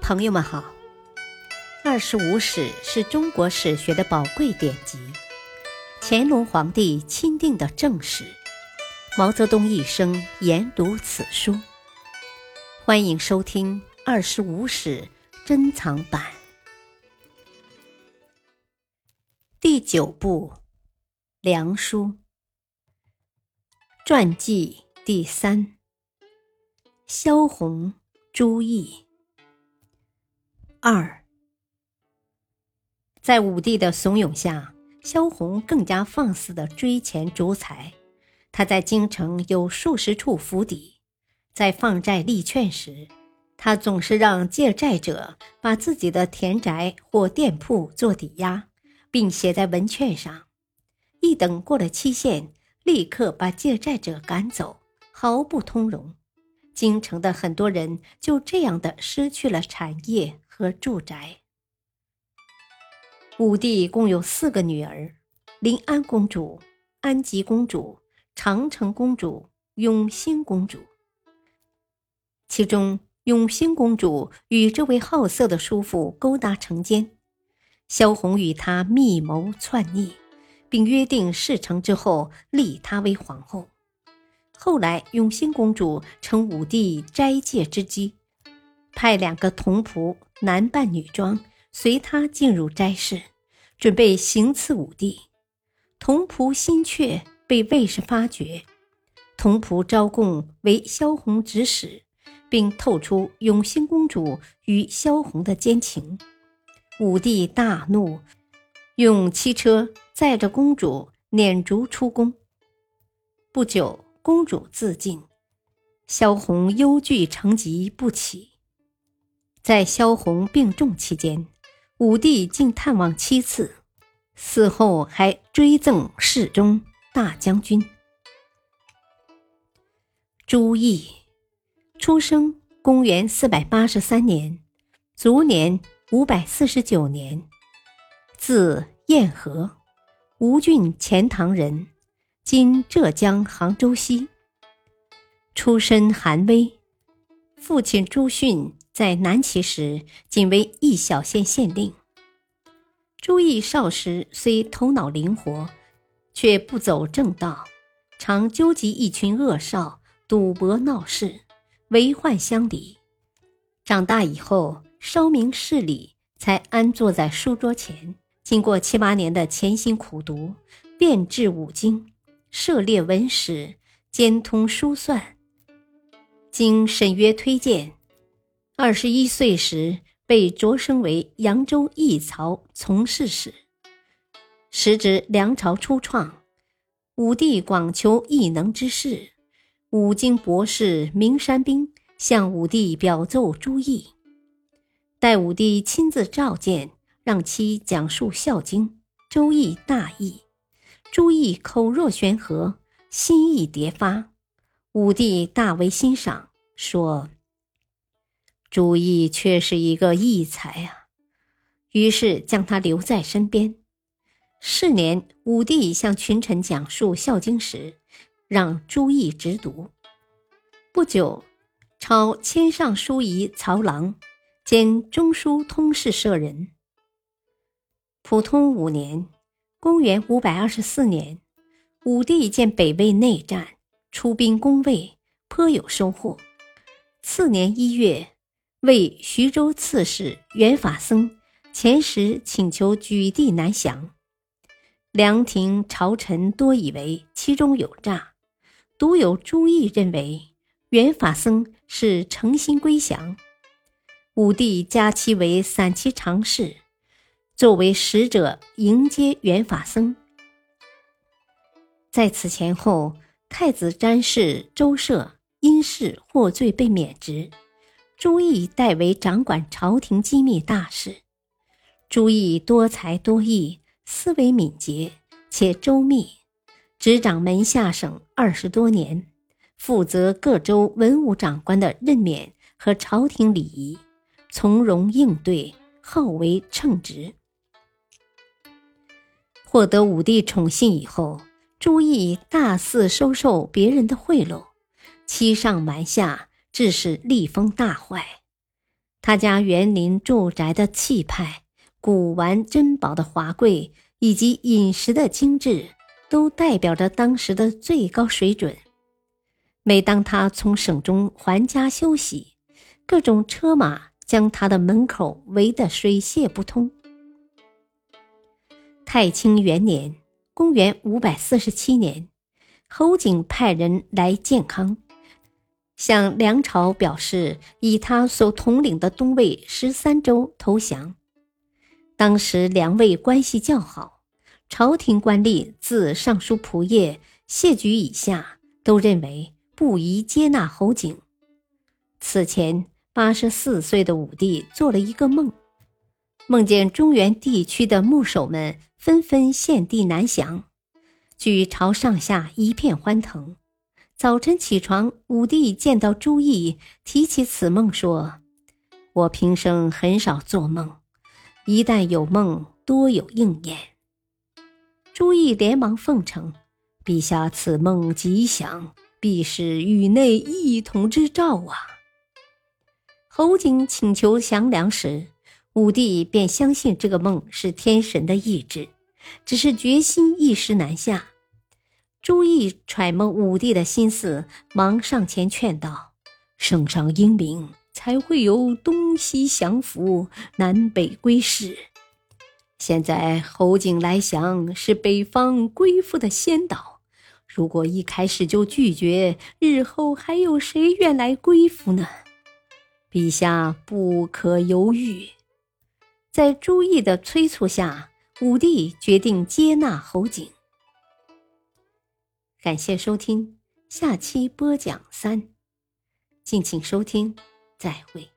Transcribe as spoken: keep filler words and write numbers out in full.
朋友们好，二十五史是中国史学的宝贵典籍，乾隆皇帝钦定的正史，毛泽东一生研读此书。欢迎收听二十五史珍藏版第九部梁书传记第三，萧红、朱毅。二，在武帝的怂恿下，萧红更加放肆地追钱逐财。他在京城有数十处府邸，在放债立券时，他总是让借债者把自己的田宅或店铺做抵押，并写在文券上。一等过了期限，立刻把借债者赶走，毫不通融。京城的很多人就这样的失去了产业和住宅。武帝共有四个女儿：临安公主、安吉公主、长城公主、永兴公主。其中永兴公主与这位好色的叔父勾搭成奸，萧红与他密谋篡逆，并约定事成之后立她为皇后。后来永兴公主乘武帝斋戒之机，派两个童仆男扮女装随她进入斋室，准备行刺武帝。童仆心怯，被卫士发觉。童仆招供为萧红指使，并透出永兴公主与萧红的奸情。武帝大怒，用汽车载着公主撵逐出宫。不久，公主自尽，萧红忧惧成疾不起。在萧红病重期间，武帝竟探望七次，死后还追赠侍中、大将军。朱毅出生公元四百八十三年，卒年五百四十九年，字彦和，吴郡钱塘人，今浙江杭州西。出身寒微，父亲朱训在南齐时仅为一小县县令。朱毅少时虽头脑灵活，却不走正道，常纠集一群恶少，赌博闹事，为患乡里。长大以后，稍明事理，才安坐在书桌前，经过七八年的潜心苦读，遍制五经，涉猎文史，兼通书算。经沈约推荐，二十一岁时被擢升为扬州议曹从事使。时值梁朝初创，武帝广求异能之士，五经博士明山宾向武帝表奏朱毅。待武帝亲自召见，让其讲述《孝经》，周易大义。朱毅口若悬河，心意迭发，武帝大为欣赏，说：朱毅却是一个异才啊，于是将他留在身边。是年，武帝向群臣讲述《孝经》时，让朱毅直读。不久，朝迁尚书仪曹郎，兼中书通事舍人。普通五年，公元五百二十四年，武帝见北魏内战，出兵攻魏，颇有收获。次年一月，为徐州刺史袁法僧遣使请求举地南降。梁廷朝臣多以为其中有诈，独有朱毅认为袁法僧是诚心归降。武帝加其为散骑常侍，作为使者迎接袁法僧。在此前后，太子詹事周舍因事获罪被免职，朱毅代为掌管朝廷机密大事。朱毅多才多艺，思维敏捷且周密，执掌门下省二十多年，负责各州文武长官的任免和朝廷礼仪，从容应对，好为称职。获得武帝宠幸以后，朱毅大肆收受别人的贿赂，欺上瞒下，致使吏风大坏。 他家园林住宅的气派、古玩珍宝的华贵以及饮食的精致，都代表着当时的最高水准。每当他从省中还家休息，各种车马将他的门口围得水泄不通。太清元年，公元五百四十七年，侯景派人来建康，向梁朝表示以他所统领的东魏十三州投降。当时两魏关系较好，朝廷官吏自尚书仆射、谢举以下都认为不宜接纳侯景。此前八十四岁的武帝做了一个梦，梦见中原地区的牧首们纷纷献地南降，举朝上下一片欢腾。早晨起床，武帝见到朱毅，提起此梦说：我平生很少做梦，一旦有梦，多有应验。朱毅连忙奉承：陛下此梦吉祥，必是宇内一统之兆啊。侯景请求降梁时，武帝便相信这个梦是天神的意志，只是决心一时难下。朱毅揣摩武帝的心思，忙上前劝道：圣上英明，才会有东西降服，南北归市。现在侯景来降，是北方归附的先导，如果一开始就拒绝，日后还有谁愿来归附呢？陛下不可犹豫。在朱毅的催促下，武帝决定接纳侯景。感谢收听，下期播讲三，敬请收听，再会。